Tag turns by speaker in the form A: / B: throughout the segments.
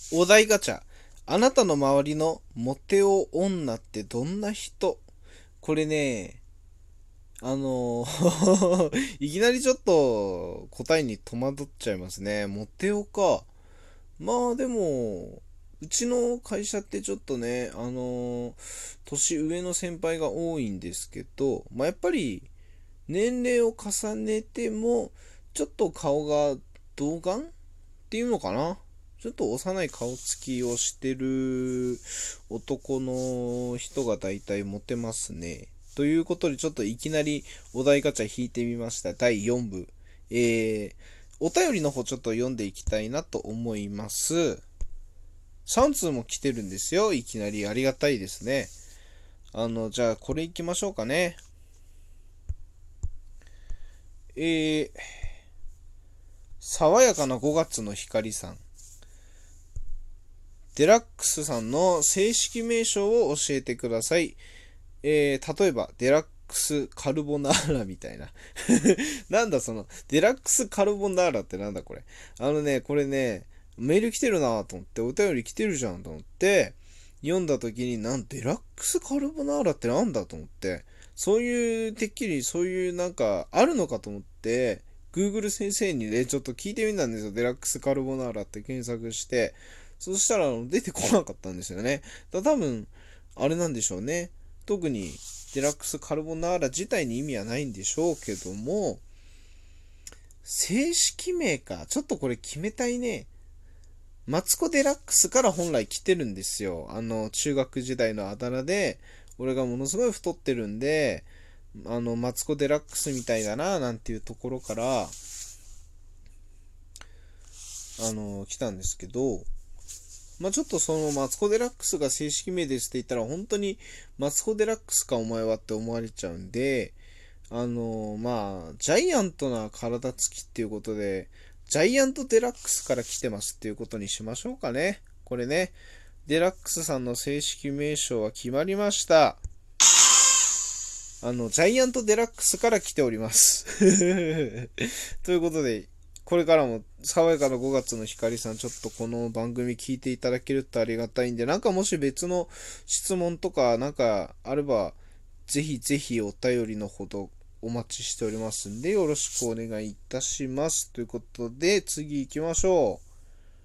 A: お題ガチャ。あなたの周りのモテ男女ってどんな人？これね、いきなりちょっと答えに戸惑っちゃいますね。モテ男か。まあでも、うちの会社ってちょっとね、年上の先輩が多いんですけど、まあやっぱり年齢を重ねても、ちょっと顔が童顔っていうのかな。ちょっと幼い顔つきをしてる男の人が大体モテますね。ということで、ちょっといきなりお題ガチャ引いてみました。第4部。お便りの方ちょっと読んでいきたいなと思います。3通も来てるんですよ。いきなりありがたいですね。じゃあこれいきましょうかね。えー、爽やかな5月の光さん。デラックスさんの正式名称を教えてください。例えば、デラックスカルボナーラみたいな。なんだその、デラックスカルボナーラってなんだこれ。これね、メール来てるなと思って、お便り来てるじゃんと思って、読んだ時に、デラックスカルボナーラってなんだと思って、そういう、てっきりそういうなんか、あるのかと思って、Google 先生にね、ちょっと聞いてみたんですよ。デラックスカルボナーラって検索して、そしたら出てこなかったんですよね。多分、あれなんでしょうね。特にデラックスカルボナーラ自体に意味はないんでしょうけども、正式名か。ちょっとこれ決めたいね。マツコデラックスから本来来てるんですよ。中学時代のあだ名で、俺がものすごい太ってるんで、マツコデラックスみたいだな、なんていうところから、来たんですけど、まあちょっとそのマツコデラックスが正式名ですって言ったら本当にマツコデラックスかお前はって思われちゃうんで、まあジャイアントな体つきっていうことで、ジャイアントデラックスから来てますっていうことにしましょうかね。これね、デラックスさんの正式名称は決まりました。ジャイアントデラックスから来ております。ということで、これからも爽やかな5月の光さん、ちょっとこの番組聞いていただけるとありがたいんで、なんかもし別の質問とかなんかあれば、ぜひぜひお便りのほどお待ちしておりますんで、よろしくお願いいたします。ということで、次行きましょう。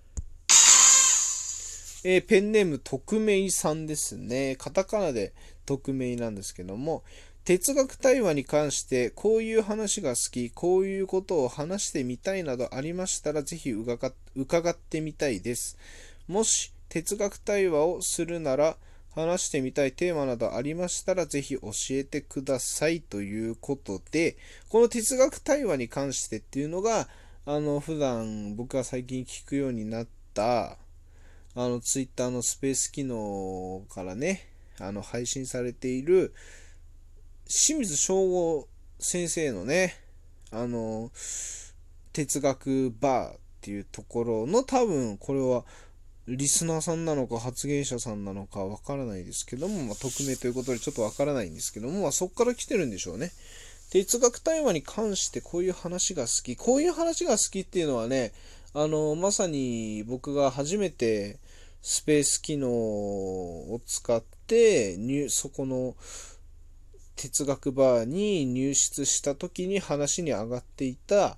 A: ペンネーム匿名さんですね。カタカナで匿名なんですけども、哲学対話に関してこういう話が好き、こういうことを話してみたいなどありましたらぜひ伺ってみたいです。もし哲学対話をするなら話してみたいテーマなどありましたらぜひ教えてくださいということで、この哲学対話に関してっていうのが、普段僕が最近聞くようになったツイッターのスペース機能からね、配信されている清水翔吾先生のね、あの、哲学バーっていうところの多分これはリスナーさんなのか発言者さんなのかわからないですけども、まあ、匿名ということでちょっとわからないんですけども、まあ、そこから来てるんでしょうね。哲学対話に関してこういう話が好き。こういう話が好きっていうのはね、まさに僕が初めてスペース機能を使ってそこの哲学バーに入室した時に話に上がっていた、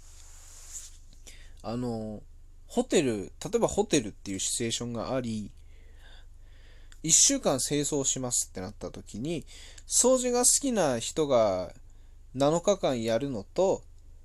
A: あの、例えばホテルっていうシチュエーションがあり、1週間清掃しますってなった時に、掃除が好きな人が7日間やるのと、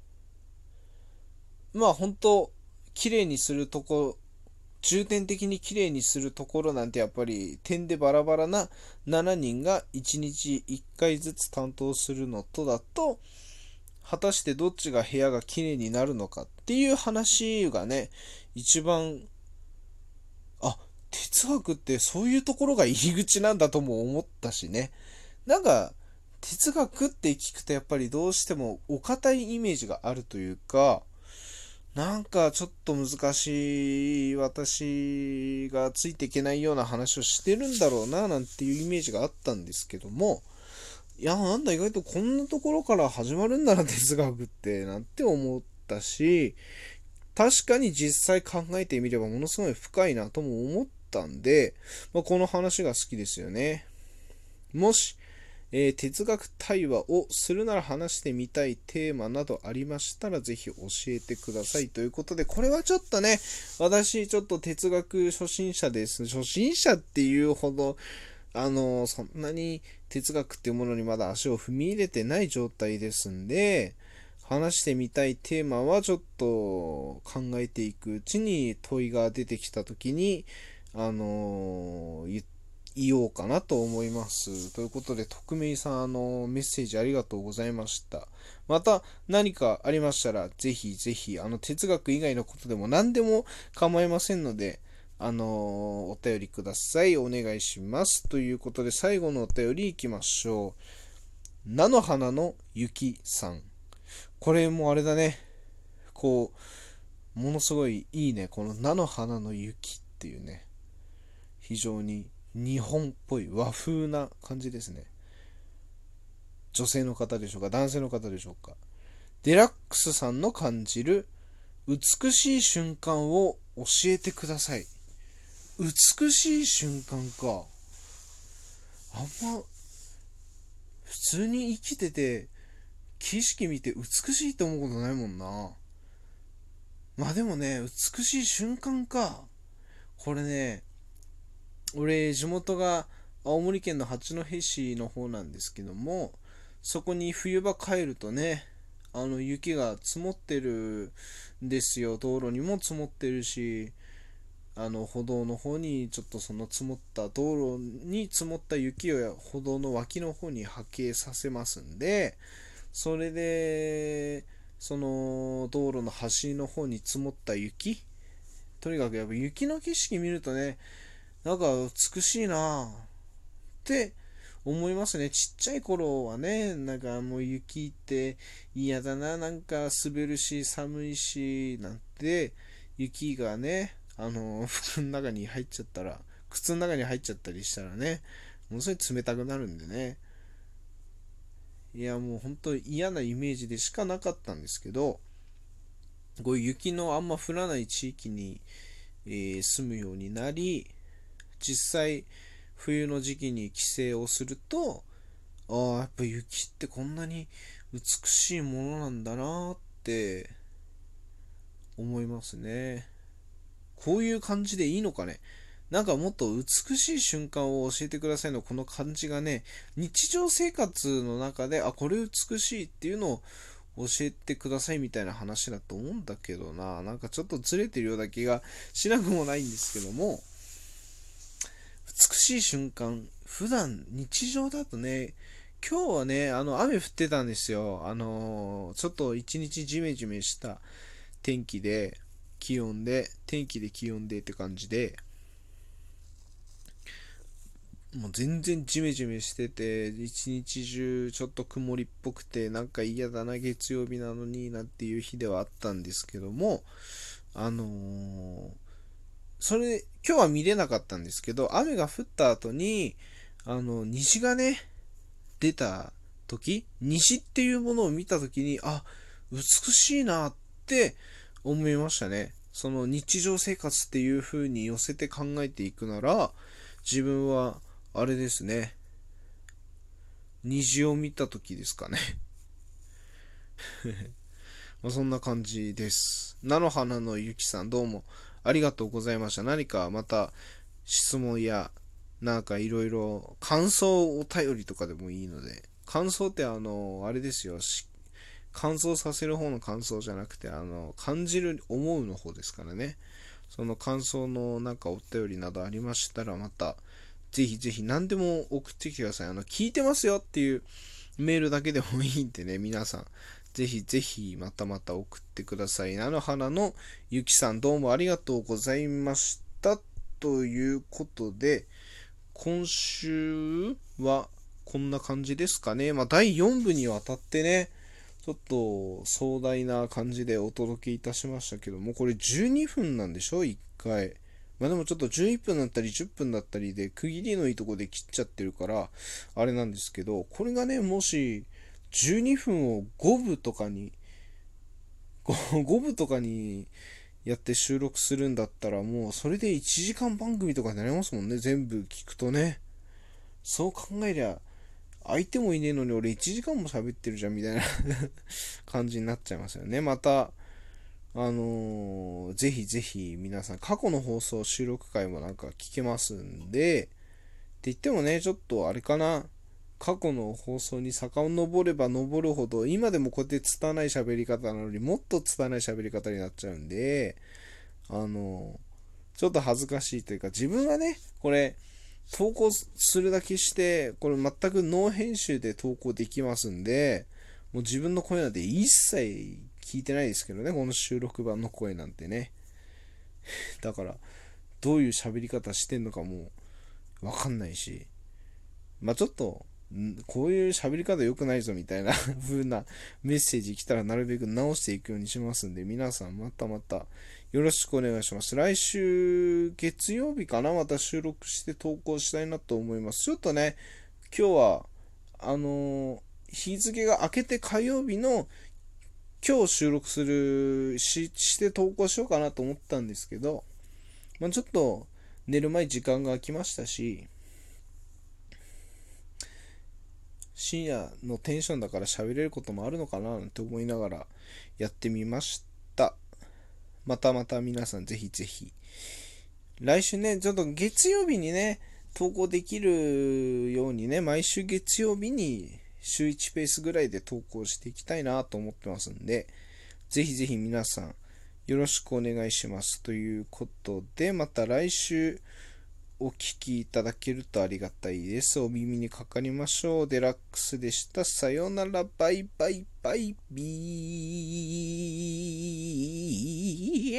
A: まあ本当綺麗にするとこ、重点的に綺麗にするところなんてやっぱり点でバラバラな7人が1日1回ずつ担当するのとだと、果たしてどっちが部屋が綺麗になるのかっていう話がね、一番、あ、哲学ってそういうところが入り口なんだとも思ったしね。なんか、哲学って聞くとやっぱりどうしてもお堅いイメージがあるというか、なんかちょっと難しい私がついていけないような話をしてるんだろうななんていうイメージがあったんですけども、いや、なんだ意外とこんなところから始まるんだな哲学ってなんて思ったし、 確かに実際考えてみればものすごい深いなとも思ったんで、この話が好きですよね。もし、哲学対話をするなら話してみたいテーマなどありましたらぜひ教えてくださいということで、これはちょっとね、私ちょっと哲学初心者です。初心者っていうほど、そんなに哲学っていうものにまだ足を踏み入れてない状態ですんで、話してみたいテーマはちょっと考えていくうちに問いが出てきたときに、言おうかなと思います。ということで、匿名さん、メッセージありがとうございました。また何かありましたら、ぜひぜひ、哲学以外のことでも何でも構いませんので、お便りください。お願いします。ということで、最後のお便りいきましょう。菜の花のゆきさん。これもあれだね。ものすごいいいね。この菜の花の雪っていうね。非常に日本っぽい和風な感じですね。女性の方でしょうか、男性の方でしょうか。デラックスさんの感じる美しい瞬間を教えてください。美しい瞬間か。あんま普通に生きてて景色見て美しいと思うことないもんな。まあでもね、美しい瞬間か。これね、俺地元が青森県の八戸市の方なんですけども、そこに冬場帰るとね、雪が積もってるんですよ。道路にも積もってるし、歩道の方にちょっとその積もった道路に積もった雪を歩道の脇の方に波形させますんで、それでその道路の端の方に積もった雪、とにかくやっぱ雪の景色見るとね、なんか美しいなって思いますね。ちっちゃい頃はね、なんかもう雪って嫌だな、なんか滑るし寒いしなんて、雪がね、服の中に入っちゃったら、靴の中に入っちゃったりしたらね、ものすごい冷たくなるんでね。いやもう本当に嫌なイメージでしかなかったんですけど、こういう雪のあんま降らない地域に、住むようになり、実際冬の時期に帰省をすると、ああやっぱ雪ってこんなに美しいものなんだなって思いますね。こういう感じでいいのかね。なんかもっと美しい瞬間を教えてくださいのこの感じがね、日常生活の中でこれ美しいっていうのを教えてくださいみたいな話だと思うんだけどな、なんかちょっとずれてるような気がしなくもないんですけども、美しい瞬間、普段日常だとね、今日はね、雨降ってたんですよ。ちょっと一日ジメジメした天気で気温でって感じで、もう全然ジメジメしてて、一日中ちょっと曇りっぽくて、なんか嫌だな、月曜日なのになんていう日ではあったんですけども、あのー今日は見れなかったんですけど、雨が降った後に、虹がね、出た西っていうものを見た時に、美しいなって思いましたね。その日常生活っていう風に寄せて考えていくなら、自分は、あれですね。虹を見た時ですかね。そんな感じです。菜の花のゆきさん、どうもありがとうございました。何かまた質問や、なんかいろいろ感想お便りとかでもいいので、感想ってあれですよ。感想させる方の感想じゃなくて、感じる、思うの方ですからね。その感想のなんかお便りなどありましたら、また、ぜひぜひ何でも送ってきてください。聞いてますよっていうメールだけでもいいんでね、皆さん。ぜひぜひまたまた送ってください。菜の花のゆきさん、どうもありがとうございました。ということで、今週はこんな感じですかね。第4部にわたってね、ちょっと壮大な感じでお届けいたしましたけども、これ12分なんでしょ ?1 回。でもちょっと11分だったり10分だったりで区切りのいいとこで切っちゃってるから、あれなんですけど、これがね、もし12分を5部とかにやって収録するんだったら、もうそれで1時間番組とかになりますもんね。全部聞くとね。そう考えりゃ、相手もいねえのに俺1時間も喋ってるじゃんみたいな感じになっちゃいますよね。また、ぜひぜひ皆さん過去の放送収録回もなんか聞けますんで、って言ってもね、ちょっとあれかな。過去の放送に遡れば登るほど、今でもこうやって拙い喋り方なのにもっと拙い喋り方になっちゃうんで、ちょっと恥ずかしいというか、自分はね、これ、投稿するだけして、これ全くノー編集で投稿できますんで、もう自分の声なんて一切聞いてないですけどね、この収録版の声なんてね。だから、どういう喋り方してんのかもわかんないし、まあちょっと、こういう喋り方良くないぞみたいな風なメッセージ来たらなるべく直していくようにしますんで、皆さんまたまたよろしくお願いします。来週月曜日かな、また収録して投稿したいなと思います。ちょっとね、今日は、日付が明けて火曜日の今日収録して投稿しようかなと思ったんですけど、まあ、ちょっと寝る前時間が空きましたし、深夜のテンションだから喋れることもあるのかななんて思いながらやってみました。またまた皆さんぜひぜひ。来週ね、ちょっと月曜日にね、投稿できるようにね、毎週月曜日に週1ペースぐらいで投稿していきたいなと思ってますんで、ぜひぜひ皆さんよろしくお願いします。ということで、また来週お聞きいただけるとありがたいです。お耳にかかりましょう。デラックスでした。さようなら。バイバイバイビー。